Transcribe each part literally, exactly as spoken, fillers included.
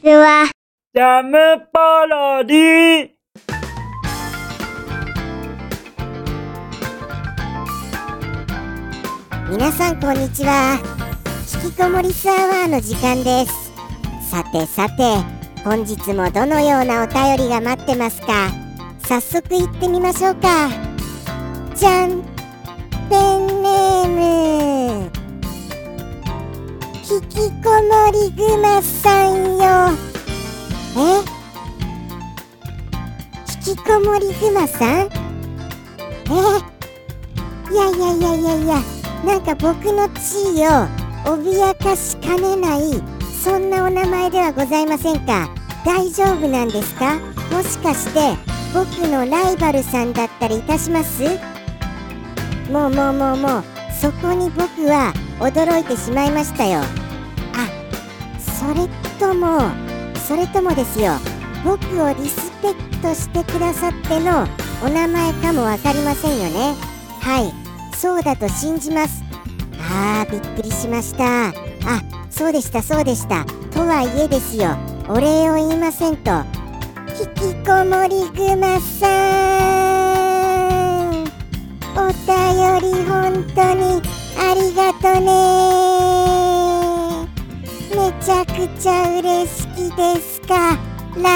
ちは。 ジャムパロディ。 皆さんこんにちは。引きこもりスアワーの時間です。さてさて、本日もどのようなお便りが待ってますか。早速行ってみましょうか。じゃん、ペンネーム引きこもりグマさんよ。え引きこもりグマさん、えいやいやいやいやいや、なんか僕の地位を脅かしかねない、そんなお名前ではございませんか。大丈夫なんですか。もしかして僕のライバルさんだったりいたします。もうもうもうもう、そこに僕は驚いてしまいましたよ。あ、それともそれともですよ、僕をリスペクトしてくださってのお名前かもわかりませんよね。はい、そうだと信じます。あー、びっくりしました。あ、そうでしたそうでした。とはいえですよ、お礼を言いませんと。引きこもりグマさん、お便り本当にありがとね。めちゃくちゃ嬉しきですから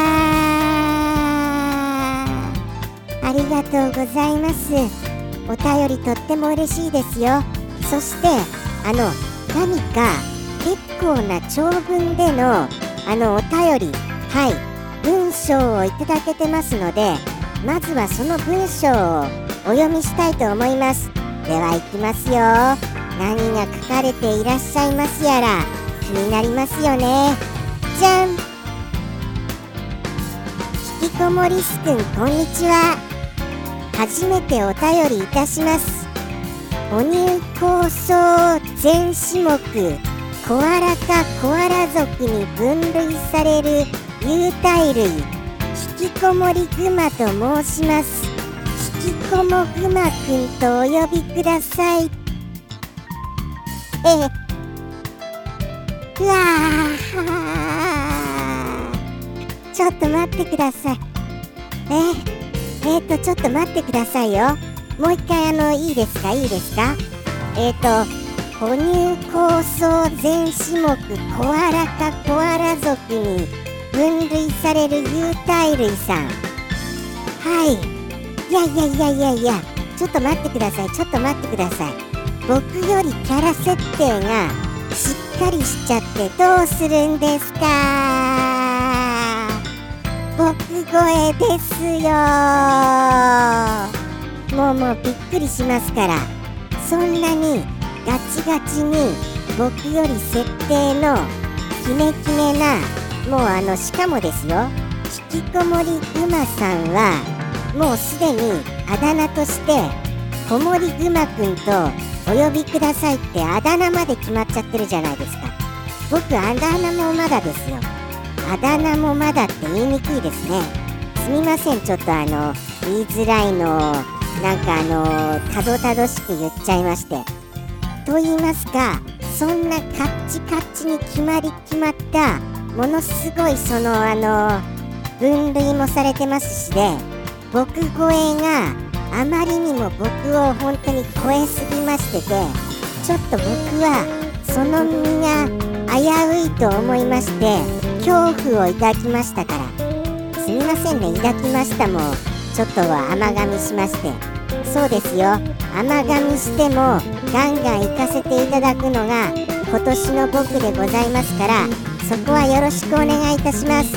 ありがとうございます。お便りとっても嬉しいですよ。そしてあの何か結構な長文でのあのお便り、はい、文章をいただけてますので、まずはその文章をお読みしたいと思います。では行きますよ。何が書かれていらっしゃいますやら気になりますよね。じゃん。引きこもりすくん、こんにちは。初めてお便りいたします。哺乳構想全種目コアラかコアラ族に分類される有袋類、引きこもりグマと申します。引きこもグマくんとお呼びください。えうわーちょっと待ってください。ええーとちょっと待ってくださいよ。もう一回あのいいですかいいですか。えーと哺乳構想全種目コアラかコアラ族に分類される有袋類さん。はい、いやいやいやいやいや、ちょっと待ってくださいちょっと待ってください。僕よりキャラ設定がしっかりしちゃってどうするんですか。僕声ですよ。もうもうびっくりしますから。そんなにガチガチに僕より設定のキメキメな、もうあのしかもですよ、引きこもりグマさんはもうすでにあだ名としてこもりグマくんとお呼びくださいってあだ名まで決まっちゃってるじゃないですか。僕あだ名もまだですよ。あだ名もまだって言いにくいですね。すみません、ちょっとあの言いづらいのをなんかあのたどたどしく言っちゃいまして。と言いますか、そんなカッチカッチに決まり決まったものすごいそのあの分類もされてますしで、僕声があまりにも僕を本当に超えすぎましてて、ちょっと僕はその身が危ういと思いまして恐怖を抱きましたから。すみませんね、抱きましたもちょっとは甘噛みしまして。そうですよ、甘噛みしてもガンガン行かせていただくのが今年の僕でございますから、そこはよろしくお願いいたします。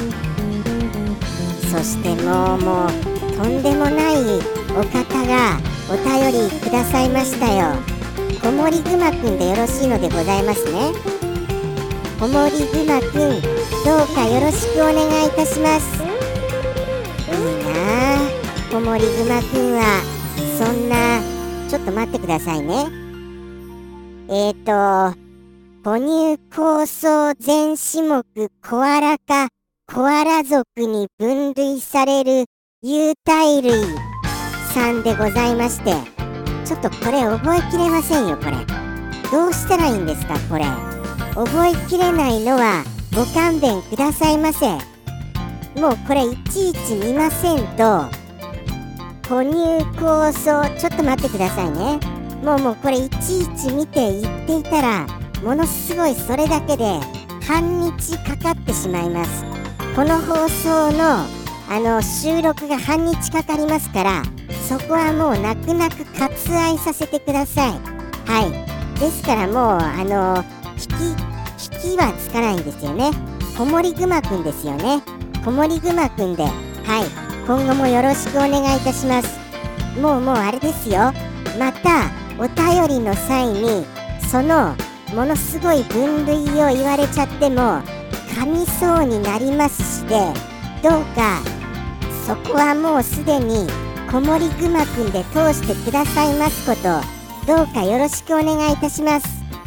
そしてもうもうとんでもないお方がお便りくださいましたよ。こもりぐまくんでよろしいのでございますね。こもりぐまくん、どうかよろしくお願いいたします。いいなあ、こもりぐまくんはそんな、ちょっと待ってくださいね。えーと哺乳構想全種目コアラかコアラ族に分類される有袋類さんでございまして、ちょっとこれ覚えきれませんよ。これどうしたらいいんですか。これ覚えきれないのはご勘弁くださいませ。もうこれいちいち見ませんと、哺乳構想、ちょっと待ってくださいね。もうもうこれいちいち見て言っていたら、ものすごいそれだけで半日かかってしまいます。この放送のあの収録が半日かかりますから、そこはもう泣く泣く割愛させてください。はい。ですからもうあの引き引きはつかないんですよね。子守ぐまくんですよね。子守ぐまくんで、はい。今後もよろしくお願いいたします。もうもうあれですよ。またお便りの際にそのものすごい分類を言われちゃっても噛みそうになりますしで、どうかそこはもうすでに子守ぐまくんで通してくださいますこと、どうかよろしくお願いいたします。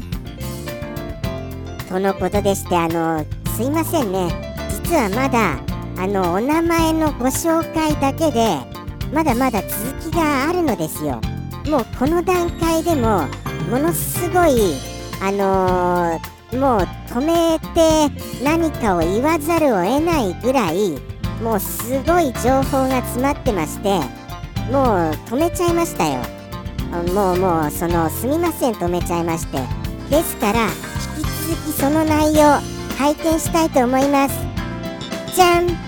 とのことでして、あのすいませんね。実はまだあのお名前のご紹介だけでまだまだ続きがあるのですよ。もうこの段階でもものすごいあのー、もう止めて何かを言わざるを得ないぐらいもうすごい情報が詰まってまして、もう止めちゃいましたよ。もうもうそのすみません、止めちゃいまして。ですから引き続きその内容拝見したいと思います。じゃん。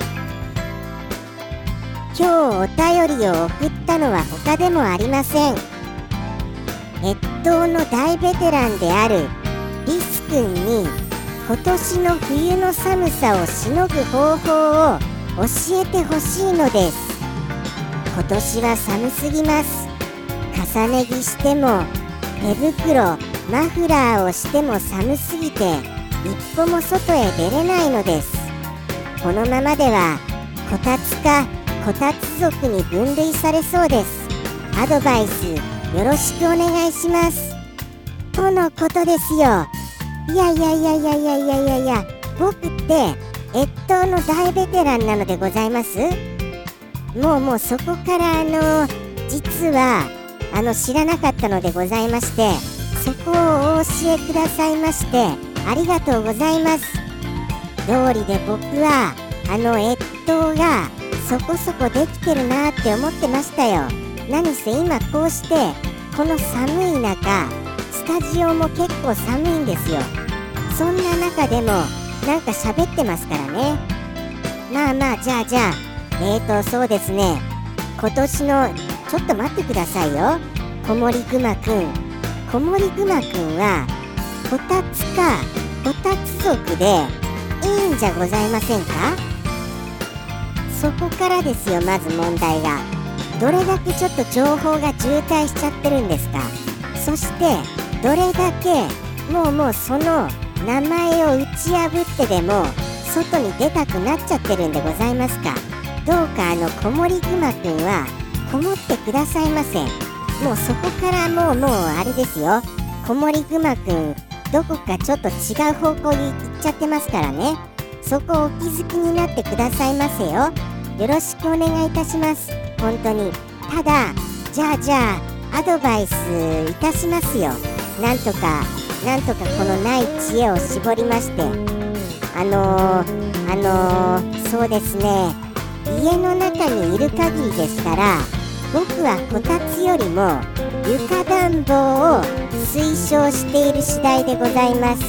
今日お便りを送ったのは他でもありません。越冬の大ベテランであるリス君に今年の冬の寒さをしのぐ方法を教えてほしいのです。今年は寒すぎます。重ね着しても手袋、マフラーをしても寒すぎて一歩も外へ出れないのです。このままではこたつかこたつ族に分類されそうです。アドバイスよろしくお願いします。とのことですよ。いやいやいやいやいやいやいやいや、僕って越冬の大ベテランなのでございます。もうもうそこからあの実はあの知らなかったのでございまして、そこをお教えくださいましてありがとうございます。道理で僕はあの越冬がそこそこできてるなって思ってましたよ。何せ今こうしてこの寒い中スタジオも結構寒いんですよ。そんな中でもなんか喋ってますからね。まあまあじゃあじゃあえーとそうですね、今年のちょっと待ってくださいよ。子守ぐまくん子守ぐまくんはこたつかこたつ族でいいんじゃございませんか。そこからですよ、まず問題が。どれだけちょっと情報が渋滞しちゃってるんですか。そしてどれだけもうもうその名前を打ち破ってでも外に出たくなっちゃってるんでございますか。どうかあの子守ぐまくんはこもってくださいませ。もうそこからもうもうあれですよ、子守ぐまくんどこかちょっと違う方向に行っちゃってますからね。そこをお気づきになってくださいませよ。よろしくお願いいたします。本当に。ただじゃあじゃあアドバイスいたしますよ。なんとかなんとかこのない知恵を絞りまして、あのー、あのー、そうですね、家の中にいる限りでしたら僕はこたつよりも床暖房を推奨している次第でございます。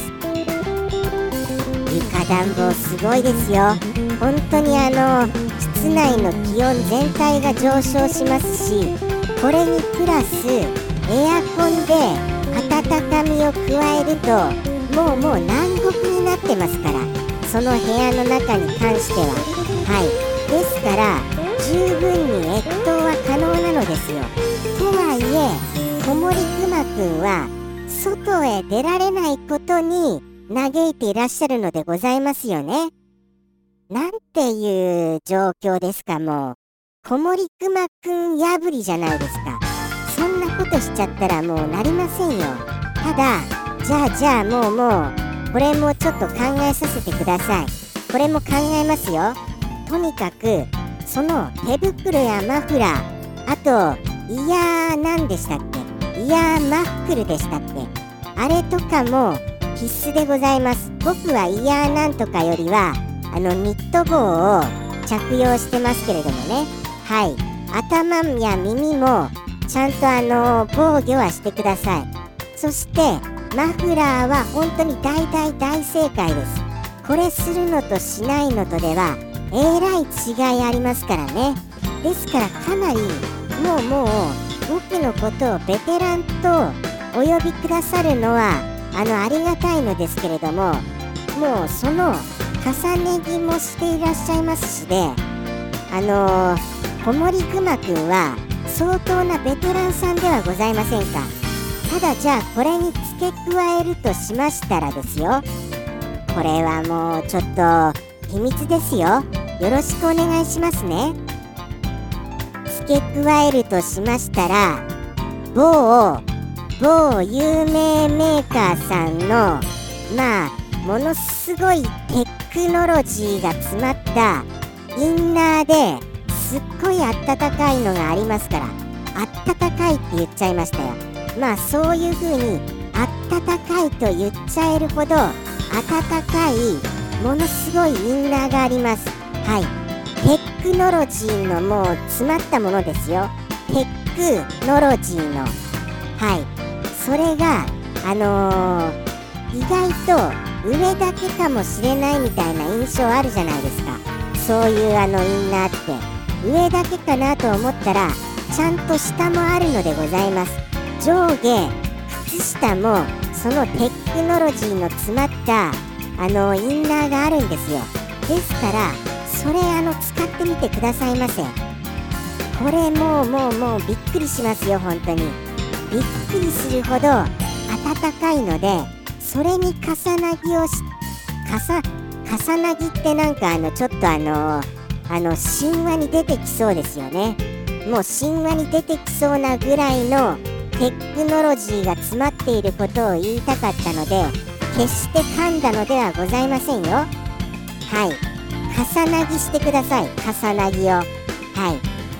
床暖房すごいですよ。本当にあの室内の気温全体が上昇しますし、これにプラスエアコンで温かみを加えるともうもう南国になってますから、その部屋の中に関しては。はい、ですから十分に越冬は可能なのですよ。とはいえ子守ぐまくんは外へ出られないことに嘆いていらっしゃるのでございますよね。なんていう状況ですか。もう子守ぐまくん破りじゃないですか。そんなことしちゃったらもうなりませんよ。ただじゃあじゃあもうもうこれもちょっと考えさせてください。これも考えますよ。とにかくその手袋やマフラー、あとイヤーなんでしたっけ、イヤーマッフルでしたっけ、あれとかも必須でございます。僕はイヤーなんとかよりはあのニット帽を着用してますけれどもね。はい、頭や耳もちゃんとあの防御はしてください。そしてマフラーは本当に大大大正解です。これするのとしないのとではえらい違いありますからね。ですからかなりもうもう僕のことをベテランとお呼びくださるのはあのありがたいのですけれども、もうその重ね着もしていらっしゃいますしで、あのー、小森くまくんは相当なベテランさんではございませんか。ただじゃあこれに付け加えるとしましたらですよ、これはもうちょっと秘密ですよ。よろしくお願いしますね。付け加えるとしましたら、某某有名メーカーさんのまあものすごいテクノロジーが詰まったインナーですっごいあったかいのがありますから、あったかいって言っちゃいましたよ。まあそういう風にあったかいと言っちゃえるほど温かいものすごいインナーがあります。はい、テクノロジーのもう詰まったものですよ。テクノロジーの、はい、それがあのー、意外と上だけかもしれないみたいな印象あるじゃないですか。そういうあのインナーって上だけかなと思ったらちゃんと下もあるのでございます。上下靴下もそのテクノロジーの詰まったあのインナーがあるんですよ。ですからそれあの使ってみてくださいませ。これもうもうもうびっくりしますよ。本当にびっくりするほど温かいので、それに重なぎをし重重なぎってなんかあのちょっとあのあの神話に出てきそうですよね。もう神話に出てきそうなぐらいのテクノロジーが詰まっていることを言いたかったので、決して噛んだのではございませんよ。はい、重なぎしてください。重なぎを、はい、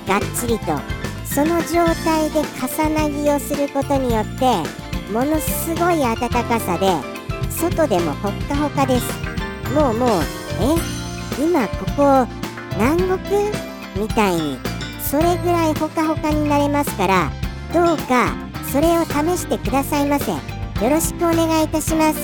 がっちりとその状態で重なぎをすることによってものすごい暖かさで外でもほっかほかです。もうもうえ今ここ南国みたいにそれぐらいほかほかになれますから、どうかそれを試してくださいませ。よろしくお願いいたします。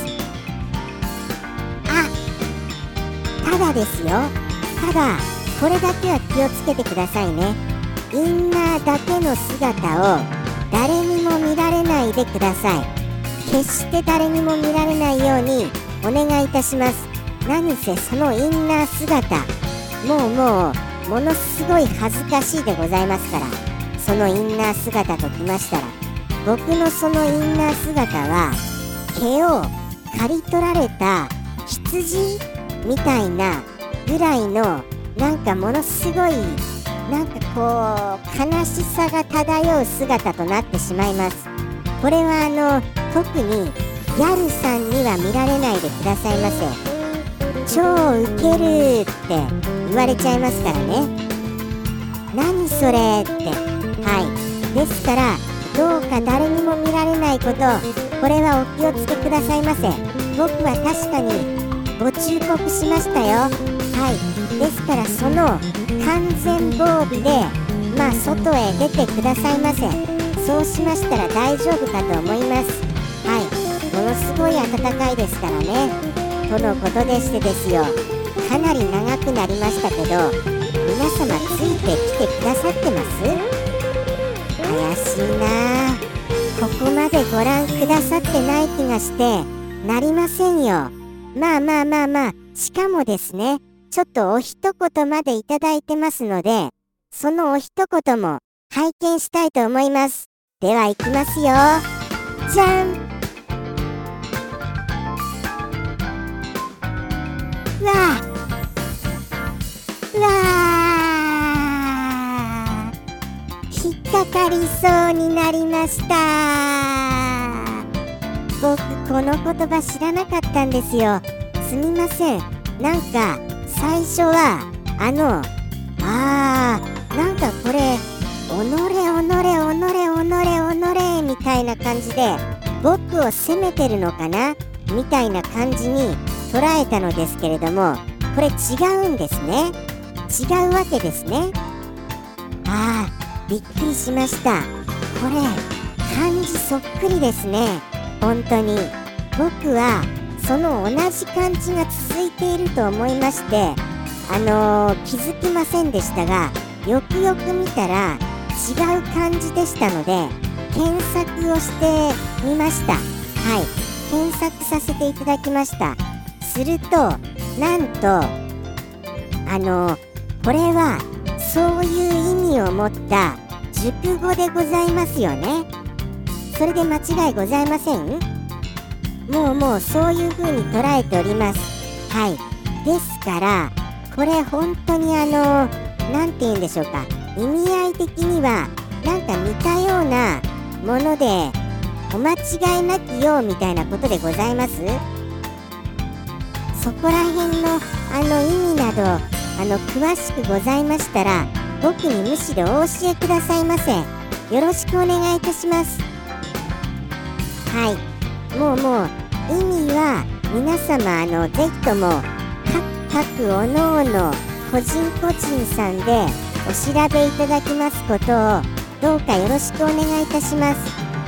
あ、ただですよ、ただこれだけは気をつけてくださいね。インナーだけの姿を誰にも見られないでください。決して誰にも見られないようにお願いいたします。何せそのインナー姿、もうもうものすごい恥ずかしいでございますから、そのインナー姿ときましたら、僕のそのインナー姿は毛を刈り取られた羊みたいなぐらいのなんかものすごいなんかこう悲しさが漂う姿となってしまいます。これはあの特にギャルさんには見られないでくださいませ。超ウケるって言われちゃいますからね。何それって、はい、ですからどうか誰にも見られないこと、これはお気をつけくださいませ。僕は確かにご忠告しましたよ。はい、ですからその完全防備でまあ外へ出てくださいませ。そうしましたら大丈夫かと思います。はい、ものすごい暖かいですからね。とのことでしてですよ、かなり長くなりましたけど、皆様ついてきてくださってます？怪しいなあ。ここまでご覧くださってない気がしてなりませんよ。まあまあまあまあ、しかもですね、ちょっとお一言までいただいてますので、そのお一言も拝見したいと思います。では行きますよ。じゃん。わあわあ、引っかかりそうになりました。僕この言葉知らなかったんですよ。すみません。なんか最初はあのあーなんかこれおのれおのれおのれおのれおのれみたいな感じで僕を責めてるのかな、 みたいな感じに捉えたのですけれども、これ違うんですね。違うわけですね。あー、びっくりしました。これ漢字そっくりですね。本当に僕はその同じ漢字が続いていると思いまして、あのー、気づきませんでしたが、よくよく見たら違う漢字でしたので検索をしてみました。はい、検索させていただきました。するとなんとあのー、これはそういう意味を持った熟語でございますよね。それで間違いございません？もうもうそういう風に捉えております。はい。ですからこれ本当にあのなんて言うんでしょうか、意味合い的にはなんか似たようなものでお間違いなきようみたいなことでございます。そこら辺のあの意味などあの詳しくございましたら僕にむしろお教えくださいませ。よろしくお願いいたします。はい、もうもう意味は皆様あのぜひとも各各おのおの個人個人さんでお調べいただきますことをどうかよろしくお願いいたします。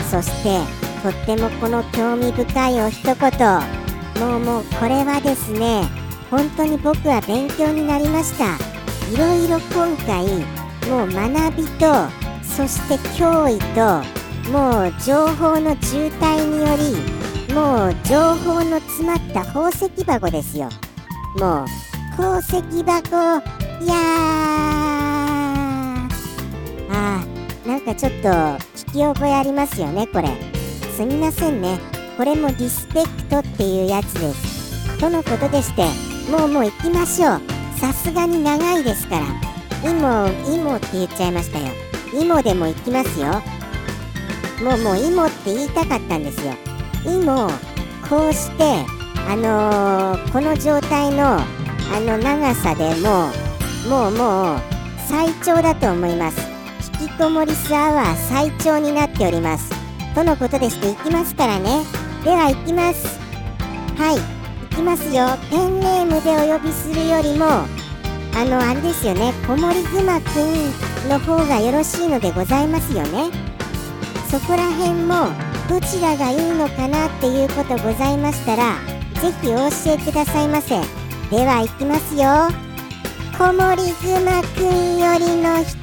そしてとってもこの興味深いお一言、もうもうこれはですね本当に僕は勉強になりました。いろいろ今回もう学びとそして脅威ともう情報の渋滞によりもう情報の詰まった宝石箱ですよ。もう宝石箱、いやー、あーなんかちょっと聞き覚えありますよね。これすみませんね、これもリスペクトっていうやつですとのことでして、もうもう行きましょう。さすがに長いですから。いもいもって言っちゃいましたよ。いもでも行きますよ。もうもういもって言いたかったんですよ。いもこうしてあのー、この状態のあの長さでもうもうもう最長だと思います。引きこもりスアワー最長になっておりますとのことでして行きますからね。では行きます。はい、行きますよ。ペンネームでお呼びするよりもあのあれですよね、こもりぐまくんの方がよろしいのでございますよね。そこら辺もどちらがいいのかなっていうことございましたらぜひお教えくださいませ。では行きますよ。こもりぐまくんよりの一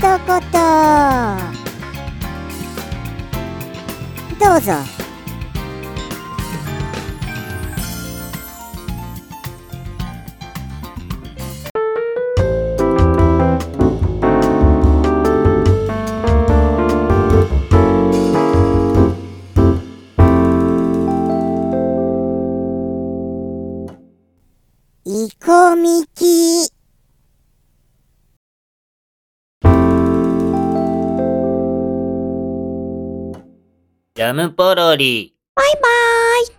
言どうぞ。いこみき。 ジャムポロリ。 バイバーイ。